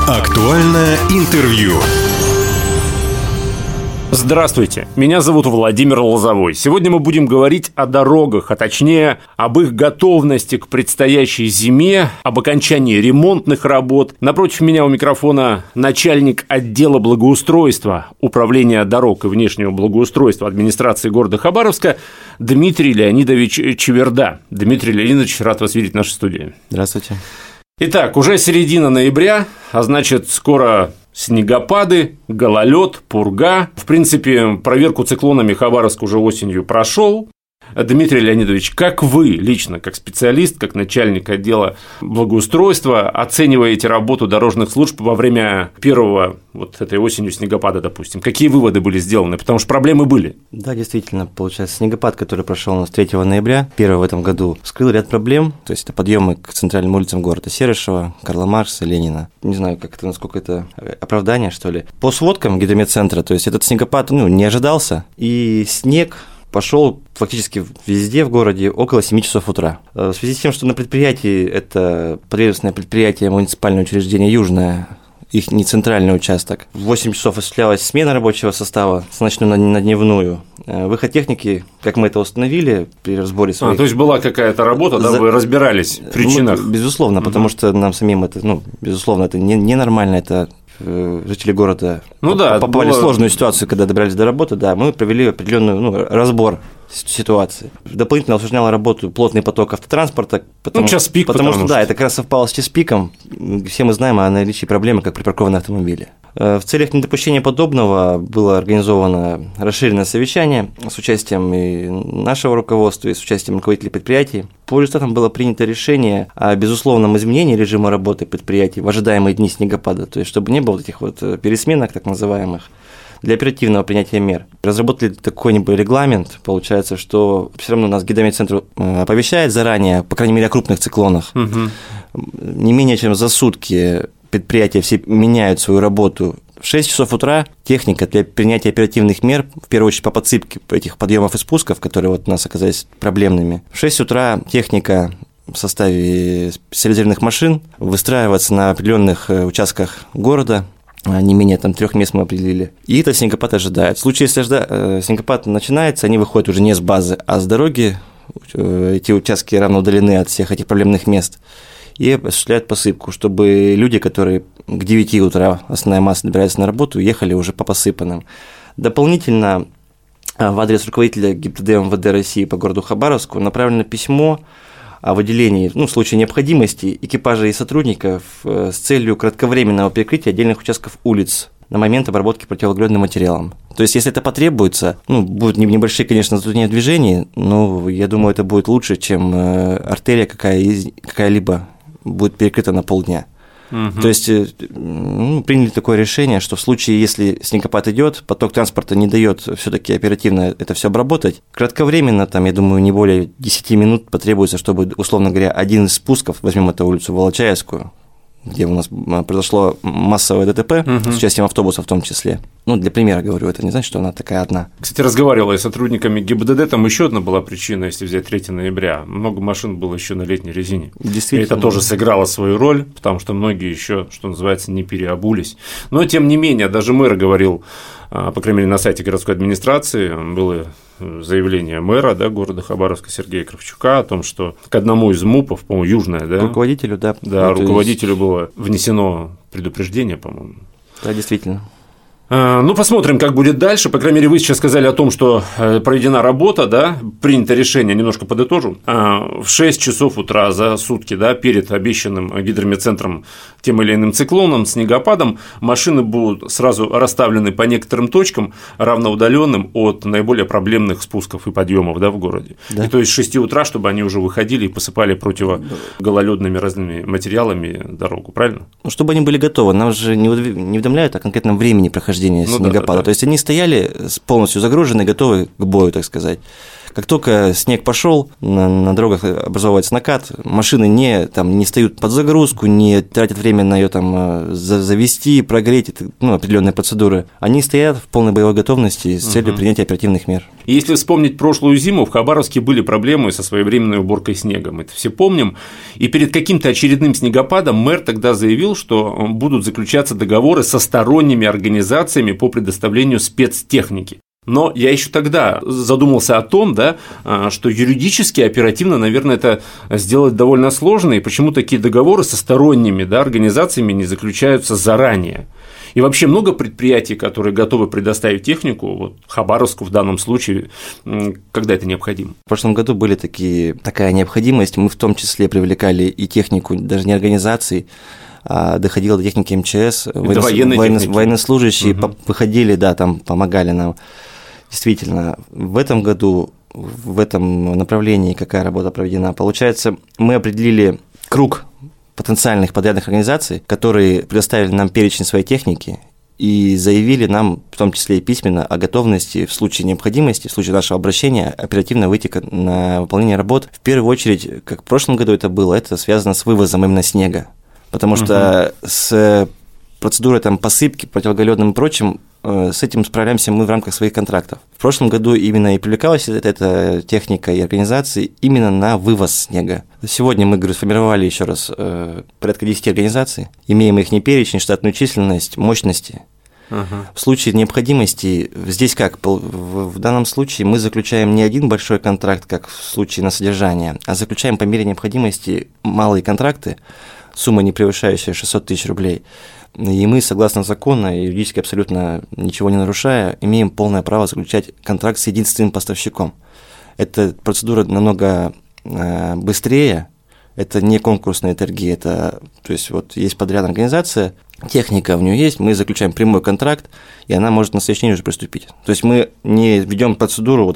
Актуальное интервью. Здравствуйте, меня зовут Владимир Лозовой. Сегодня мы будем говорить о дорогах, а точнее об их готовности к предстоящей зиме, об окончании ремонтных работ. Напротив меня у микрофона начальник отдела благоустройства, управления дорог и внешнего благоустройства администрации города Хабаровска Дмитрий Леонидович Чеверда. Дмитрий Леонидович, рад вас видеть в нашей студии. Здравствуйте. Итак, уже середина ноября, а значит, скоро снегопады, гололед, пурга. В принципе, проверку циклонами Хабаровск уже осенью прошел. Дмитрий Леонидович, как вы лично, как специалист, как начальник отдела благоустройства, оцениваете работу дорожных служб во время первого вот этой осенью снегопада, допустим? Какие выводы были сделаны? Потому что проблемы были. Да, действительно, получается, снегопад, который прошел у нас 3 ноября, первый в этом году, вскрыл ряд проблем, то есть это подъемы к центральным улицам города Серышева, Карла Маркса, Ленина. Не знаю, как это, насколько это оправдание, что ли. По сводкам гидрометцентра, то есть этот снегопад не ожидался, и снег пошел фактически везде в городе около 7 часов утра. В связи с тем, что на предприятии, это подведомственное предприятие муниципальное учреждение «Южное», их не центральный участок, в 8 часов осуществлялась смена рабочего состава с ночную на дневную. Выход техники, как мы это установили при разборе своих... То есть была какая-то работа, да, вы разбирались в причинах? Безусловно, потому что нам самим это, безусловно, это ненормально, это... Жители города попали в сложную ситуацию, когда добрались до работы, да, мы провели определенный разбор ситуации. Дополнительно осложняла работу плотный поток автотранспорта, час пик, потому что да, это как раз совпало с час-пиком. Все мы знаем о наличии проблемы, как припаркованные автомобили. В целях недопущения подобного было организовано расширенное совещание с участием и нашего руководства, и с участием руководителей предприятий. По результатам было принято решение о безусловном изменении режима работы предприятий в ожидаемые дни снегопада, то есть чтобы не было этих пересменок так называемых, для оперативного принятия мер. Разработали какой-нибудь регламент, получается, что все равно нас гидрометцентр оповещает заранее, по крайней мере, о крупных циклонах. Не менее чем за сутки предприятия все меняют свою работу. В 6 часов утра техника для принятия оперативных мер, в первую очередь по подсыпке этих подъемов и спусков, которые у нас оказались проблемными. В 6 утра техника в составе специализированных машин выстраивается на определенных участках города, не менее 3 мест мы определили. И этот снегопад ожидает. В случае, если снегопад начинается, они выходят уже не с базы, а с дороги. Эти участки равно удалены от всех этих проблемных мест. И осуществляют посыпку, чтобы люди, которые к 9 утра, основная масса добирается на работу, ехали уже по посыпанным. Дополнительно в адрес руководителя ГИБДД МВД России по городу Хабаровску направлено письмо о выделении, в случае необходимости, экипажей и сотрудников с целью кратковременного перекрытия отдельных участков улиц на момент обработки противоугольным материалом. То есть, если это потребуется, будут небольшие, конечно, затруднения в движении, но я думаю, это будет лучше, чем артерия какая-либо будет перекрыта на полдня. То есть приняли такое решение, что в случае, если снегопад идет, поток транспорта не дает все-таки оперативно это все обработать, кратковременно, я думаю, не более 10 минут потребуется, чтобы, условно говоря, один из спусков, возьмем эту улицу Волочаевскую, где у нас произошло массовое ДТП с участием автобусов в том числе. Для примера говорю, это не значит, что она такая одна. Кстати, разговаривала я с сотрудниками ГИБДД, там еще одна была причина, если взять 3 ноября. Много машин было еще на летней резине. Действительно. И это тоже сыграло свою роль, потому что многие еще, что называется, не переобулись. Но, тем не менее, даже мэр говорил, по крайней мере, на сайте городской администрации было заявление мэра города Хабаровска Сергея Кравчука о том, что к одному из МУПов, по-моему, Южное, руководителю, да. Да, руководителю было внесено предупреждение, по-моему. Да, действительно. Посмотрим, как будет дальше. По крайней мере, вы сейчас сказали о том, что проведена работа, принято решение, немножко подытожу. В 6 часов утра за сутки, перед обещанным гидрометцентром тем или иным циклоном, снегопадом, машины будут сразу расставлены по некоторым точкам, равноудаленным от наиболее проблемных спусков и подъемов в городе. Да. И то есть с 6 утра, чтобы они уже выходили и посыпали противогололедными разными материалами дорогу, правильно? Чтобы они были готовы. Нам же не уведомляют о конкретном времени прохождения снегопада. То есть они стояли полностью загружены, готовы к бою, так сказать. Как только снег пошел, на дорогах образовывается накат, машины не встают под загрузку, не тратят время на ее завести, прогреть, определенные процедуры. Они стоят в полной боевой готовности с целью принятия оперативных мер. Если вспомнить прошлую зиму, в Хабаровске были проблемы со своевременной уборкой снега. Мы это все помним. И перед каким-то очередным снегопадом мэр тогда заявил, что будут заключаться договоры со сторонними организациями по предоставлению спецтехники. Но я еще тогда задумался о том, что юридически, оперативно, наверное, это сделать довольно сложно, и почему такие договоры со сторонними организациями не заключаются заранее. И вообще много предприятий, которые готовы предоставить технику, Хабаровску в данном случае, когда это необходимо? В прошлом году были такая необходимость, мы в том числе привлекали и технику, даже не организаций, а доходило до техники МЧС, военнослужащие выходили, там помогали нам. Действительно, в этом году, в этом направлении какая работа проведена? Получается, мы определили круг потенциальных подрядных организаций, которые предоставили нам перечень своей техники и заявили нам, в том числе и письменно, о готовности в случае необходимости, в случае нашего обращения, оперативно выйти на выполнение работ. В первую очередь, как в прошлом году это было, это связано с вывозом именно снега, потому что с процедурой посыпки, противогололедным и прочим, с этим справляемся мы в рамках своих контрактов. В прошлом году именно и привлекалась эта техника и организации именно на вывоз снега. Сегодня мы, сформировали еще раз порядка 10 организаций, имеем их перечень, штатную численность, мощности. В случае необходимости, здесь как, в данном случае мы заключаем не один большой контракт, как в случае на содержание, а заключаем по мере необходимости малые контракты, сумма, не превышающая 600 тысяч рублей. И мы, согласно закону, юридически абсолютно ничего не нарушая, имеем полное право заключать контракт с единственным поставщиком. Эта процедура намного быстрее, это не конкурсные торги, то есть есть подрядная организация, техника в нее есть, мы заключаем прямой контракт, и она может на следующий день уже приступить. То есть мы не ведем процедуру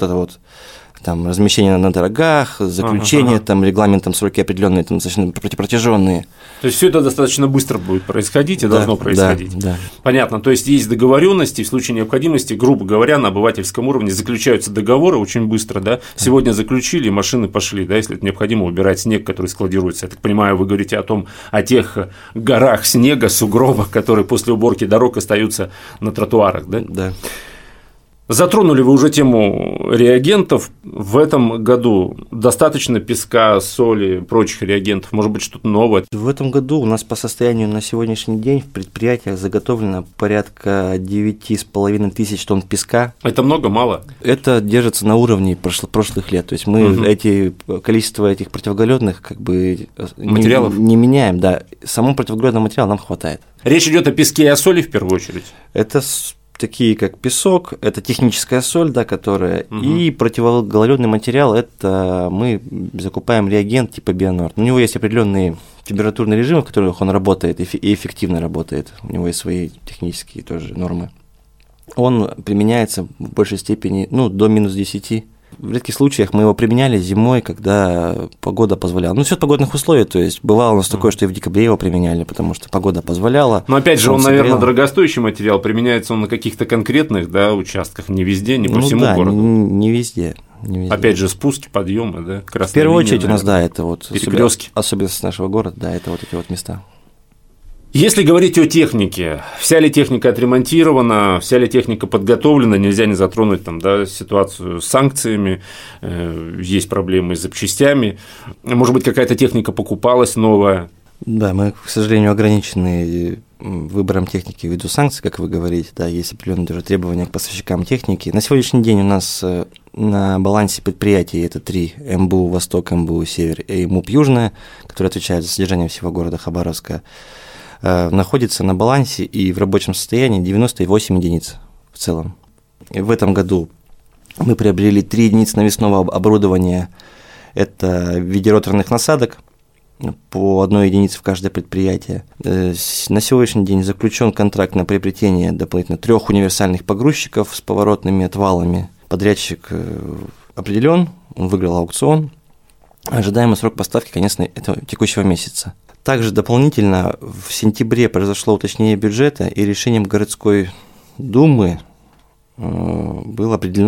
размещение на дорогах, заключение, регламентом сроки определенные, достаточно протяженные. То есть все это достаточно быстро будет происходить и должно происходить. Да. Понятно. То есть есть договоренности, в случае необходимости, грубо говоря, на обывательском уровне заключаются договоры очень быстро, да. Сегодня заключили, машины пошли, да, если это необходимо убирать снег, который складируется. Я так понимаю, вы говорите о тех горах снега, сугробах, которые после уборки дорог остаются на тротуарах, да? Да. Затронули вы уже тему реагентов. В этом году достаточно песка, соли, прочих реагентов? Может быть, что-то новое? В этом году у нас по состоянию на сегодняшний день в предприятиях заготовлено порядка 9,5 тысяч тонн песка. Это много, мало? Это держится на уровне прошлых лет. То есть мы количество этих противогололедных материалов не меняем. Да. Самого противогололедного материала нам хватает. Речь идет о песке и о соли в первую очередь? Это такие как песок, это техническая соль, которая, и противогололедный материал, это мы закупаем реагент типа Бионорд. У него есть определенные температурные режимы, в которых он работает и эффективно работает. У него есть свои технические тоже нормы. Он применяется в большей степени до минус 10. В редких случаях мы его применяли зимой, когда погода позволяла. Все от погодных условий, то есть бывало у нас такое, что и в декабре его применяли, потому что погода позволяла. Но опять же, он, наверное, дорогостоящий материал, применяется он на каких-то конкретных участках, не везде, не по всему городу. Не везде. Опять же, спуски, подъемы, да, красная в первую линия, очередь у нас, это перекрестки. Особенность нашего города, это эти места. Если говорить о технике, вся ли техника отремонтирована, вся ли техника подготовлена, нельзя не затронуть ситуацию с санкциями, есть проблемы с запчастями, может быть, какая-то техника покупалась новая? Да, мы, к сожалению, ограничены выбором техники ввиду санкций, как вы говорите, есть определенные даже требования к поставщикам техники. На сегодняшний день у нас на балансе предприятий это 3: МБУ «Восток», МБУ «Север» и МУП «Южная», которые отвечают за содержание всего города Хабаровска. Находится на балансе и в рабочем состоянии 98 единиц в целом. И в этом году мы приобрели 3 единицы навесного оборудования, это в виде роторных насадок, по 1 единице в каждое предприятие. На сегодняшний день заключен контракт на приобретение дополнительно 3 универсальных погрузчиков с поворотными отвалами. Подрядчик определен, он выиграл аукцион. Ожидаемый срок поставки, конечно, это текущего месяца. Также дополнительно в сентябре произошло уточнение бюджета, и решением городской думы было определено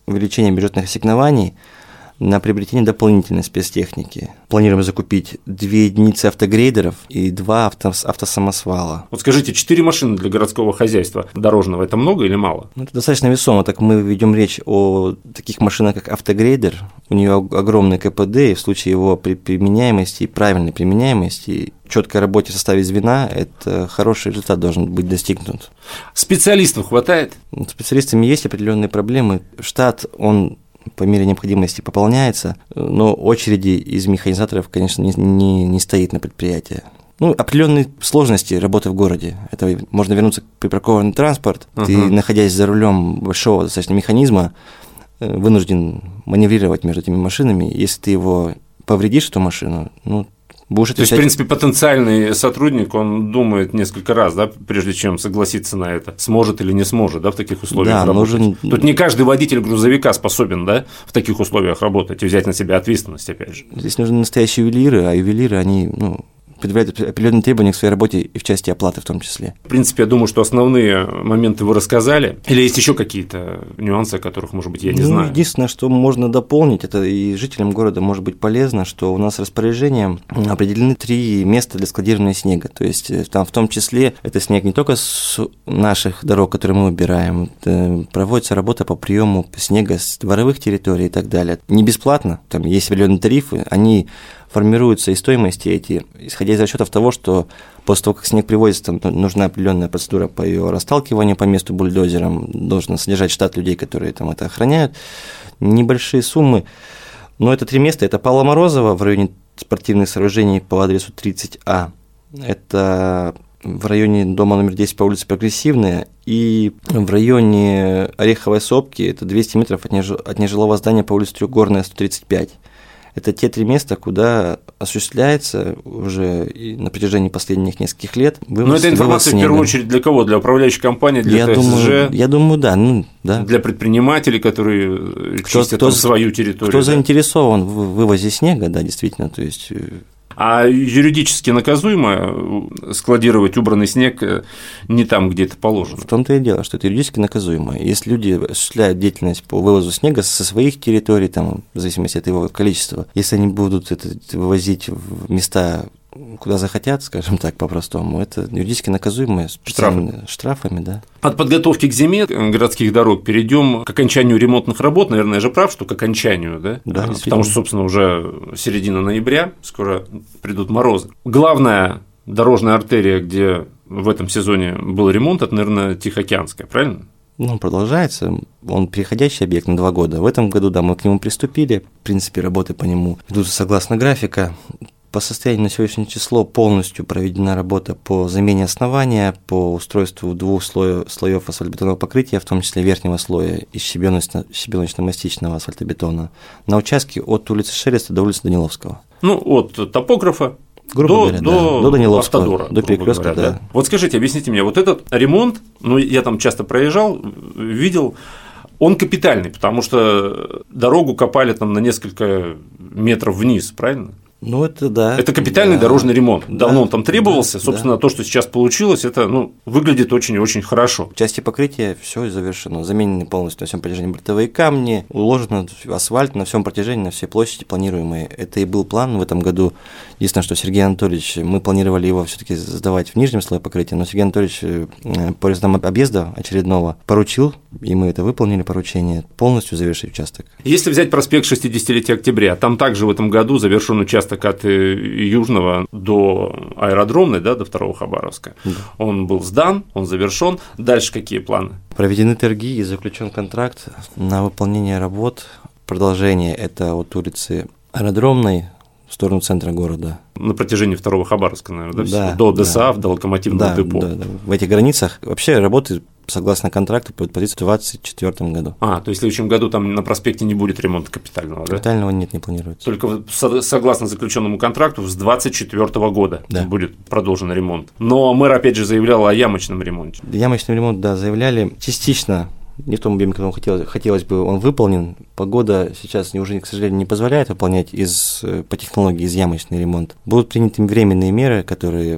увеличения бюджетных ассигнований на приобретение дополнительной спецтехники. Планируем закупить 2 единицы автогрейдеров и 2 автосамосвала. Вот скажите, 4 машины для городского хозяйства дорожного – это много или мало? Это достаточно весомо. Так мы ведем речь о таких машинах, как автогрейдер. У нее огромный КПД, и в случае его применяемости и правильной применяемости, четкой работе в составе звена, это хороший результат должен быть достигнут. Специалистов хватает? С специалистами есть определенные проблемы. Штат, он по мере необходимости пополняется, но очереди из механизаторов, конечно, не стоит на предприятии. Определенные сложности работы в городе. Это можно вернуться к припаркованный транспорт. Ты, находясь за рулем большого достаточно механизма, вынужден маневрировать между этими машинами. Если ты его повредишь, эту машину, будешь отвечать. То есть, в принципе, потенциальный сотрудник, он думает несколько раз, да, прежде чем согласиться на это, сможет или не сможет, да, в таких условиях работать. Тут не каждый водитель грузовика способен, да, в таких условиях работать и взять на себя ответственность, опять же. Здесь нужны настоящие ювелиры, а ювелиры, они, предъявляют определенные требования к своей работе и в части оплаты в том числе. В принципе, я думаю, что основные моменты вы рассказали. Или есть еще какие-то нюансы, о которых, может быть, я не знаю? Единственное, что можно дополнить, это и жителям города может быть полезно, что у нас распоряжением определены 3 места для складирования снега. То есть там в том числе это снег не только с наших дорог, которые мы убираем, проводится работа по приему снега с дворовых территорий и так далее. Не бесплатно, там есть определенные тарифы, они формируются и стоимости эти, исходя из расчетов того, что после того, как снег привозится, там нужна определенная процедура по ее расталкиванию по месту бульдозером, должен содержать штат людей, которые там это охраняют, небольшие суммы. Но это 3 места, это Павла Морозова в районе спортивных сооружений по адресу 30А, это в районе дома номер 10 по улице Прогрессивная и в районе Ореховой сопки, это 200 метров от нежилого здания по улице Трехгорная, 135. Это те 3 места, куда осуществляется уже на протяжении последних нескольких лет вывоз. Но эта информация в первую очередь для кого? Для управляющей компании, для ТСЖ? Я думаю, да. Для предпринимателей, которые чистят свою территорию. Кто заинтересован в вывозе снега, да, действительно, то есть. А юридически наказуемо складировать убранный снег не там, где это положено? В том-то и дело, что это юридически наказуемо. Если люди осуществляют деятельность по вывозу снега со своих территорий, там, в зависимости от его количества, если они будут это вывозить в места, куда захотят, скажем так, по-простому, это юридически наказуемое штрафами, да. От подготовки к зиме городских дорог перейдем к окончанию ремонтных работ. Наверное, я же прав, что к окончанию, да? Да, потому что, собственно, уже середина ноября, скоро придут морозы. Главная дорожная артерия, где в этом сезоне был ремонт, это, наверное, Тихоокеанская, правильно? Продолжается, он переходящий объект на 2 года. В этом году, да, мы к нему приступили, в принципе, работы по нему идут согласно графика. По состоянию на сегодняшнее число полностью проведена работа по замене основания, по устройству 2 слоев асфальтобетонного покрытия, в том числе верхнего слоя из щебеночно-мастичного асфальтобетона, на участке от улицы Шелеста до улицы Даниловского. От топографа до Даниловского, автодора, до перекрестка, да. Вот скажите, объясните мне, вот этот ремонт, я там часто проезжал, видел, он капитальный, потому что дорогу копали там на несколько метров вниз, правильно? Это да. Это капитальный дорожный ремонт. Давно он там требовался. Собственно, то, что сейчас получилось, это выглядит очень и очень хорошо. В части покрытия все завершено. Заменены полностью на всем протяжении бортовые камни, уложен асфальт на всем протяжении, на всей площади планируемые. Это и был план в этом году. Единственное, что Сергей Анатольевич, мы планировали его все-таки сдавать в нижнем слое покрытия, но Сергей Анатольевич по результатам объезда очередного поручил, и мы это выполнили поручение, полностью завершить участок. Если взять проспект 60-летия октября, там также в этом году завершен участок от Южного до Аэродромной, да, до 2-го Хабаровска. Да. Он был сдан, он завершен. Дальше какие планы? Проведены торги и заключен контракт на выполнение работ. Продолжение – это от улицы Аэродромной в сторону центра города. На протяжении 2-го Хабаровска, наверное, да? До ДСАФ, до локомотивного депо. Да. В этих границах вообще работы согласно контракту по позиции в 2024 году. То есть в следующем году там на проспекте не будет ремонта капитального, да? Капитального нет, не планируется. Только согласно заключенному контракту с 2024 года будет продолжен ремонт. Но мэр опять же заявлял о ямочном ремонте. Ямочный ремонт, да, заявляли частично. Не в том объеме, которому хотелось бы, он выполнен. Погода сейчас уже, к сожалению, не позволяет выполнять по технологии из ямочный ремонт. Будут приняты временные меры, которые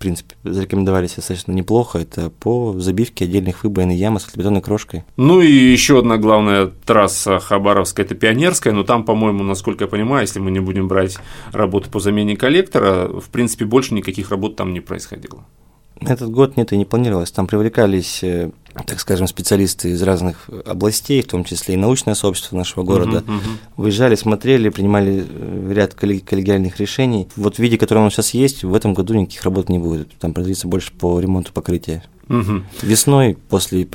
принципе, зарекомендовались достаточно неплохо. Это по забивке отдельных выбоин и ям асфальтобетонной крошкой. Ну и еще одна главная трасса Хабаровская – это Пионерская, но там, по-моему, насколько я понимаю, если мы не будем брать работы по замене коллектора, в принципе, больше никаких работ там не происходило. Этот год нет и не планировалось. Там привлекались, так скажем, специалисты из разных областей, в том числе и научное сообщество нашего города. Выезжали, смотрели, принимали ряд коллегиальных решений. Вот в виде, который у нас сейчас есть, в этом году никаких работ не будет. Там продлится больше по ремонту покрытия. Весной, после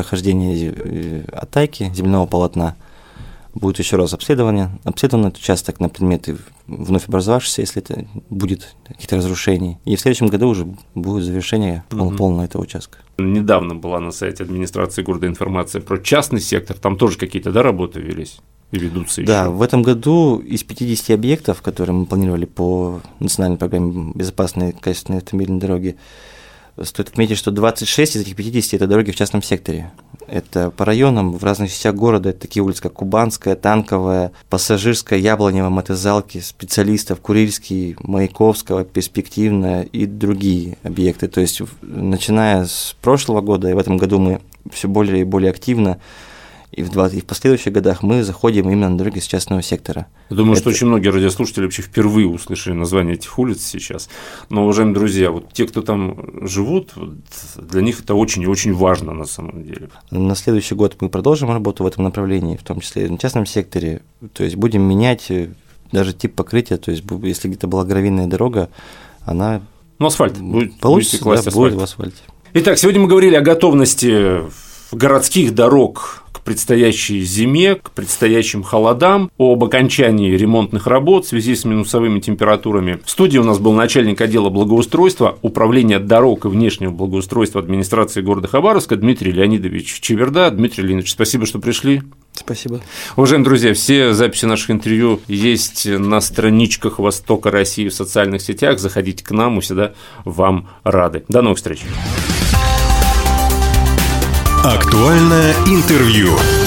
прохождения атаки земляного полотна, будет еще раз обследован этот участок на предметы вновь образовавшиеся, если это будет какие-то разрушения. И в следующем году уже будет завершение полного этого участка. Недавно была на сайте администрации города информация про частный сектор, там тоже какие-то работы велись и ведутся еще. Да, в этом году из 50 объектов, которые мы планировали по национальной программе «Безопасные качественные автомобильные дороги», стоит отметить, что 26 из этих 50 – это дороги в частном секторе. Это по районам, в разных частях города, это такие улицы, как Кубанская, Танковая, Пассажирская, Яблонева, Мотозалки, Специалистов, Курильский, Маяковского, Перспективная и другие объекты. То есть, начиная с прошлого года, и в этом году мы все более и более активно, и в последующих годах мы заходим именно на дороги с частного сектора. Я думаю, что очень многие радиослушатели вообще впервые услышали название этих улиц сейчас. Но, уважаемые друзья, вот те, кто там живут, для них это очень и очень важно на самом деле. На следующий год мы продолжим работу в этом направлении, в том числе и на частном секторе. То есть будем менять даже тип покрытия. То есть если где-то была гравийная дорога, она асфальт будет, получится, да, будет в асфальте. Итак, сегодня мы говорили о готовности городских дорог к предстоящей зиме, к предстоящим холодам, об окончании ремонтных работ в связи с минусовыми температурами. В студии у нас был начальник отдела благоустройства, управления дорог и внешнего благоустройства администрации города Хабаровска Дмитрий Леонидович Чеверда. Дмитрий Леонидович, спасибо, что пришли. Спасибо. Уважаемые друзья, все записи наших интервью есть на страничках Востока России в социальных сетях. Заходите к нам, мы всегда вам рады. До новых встреч. Актуальное интервью.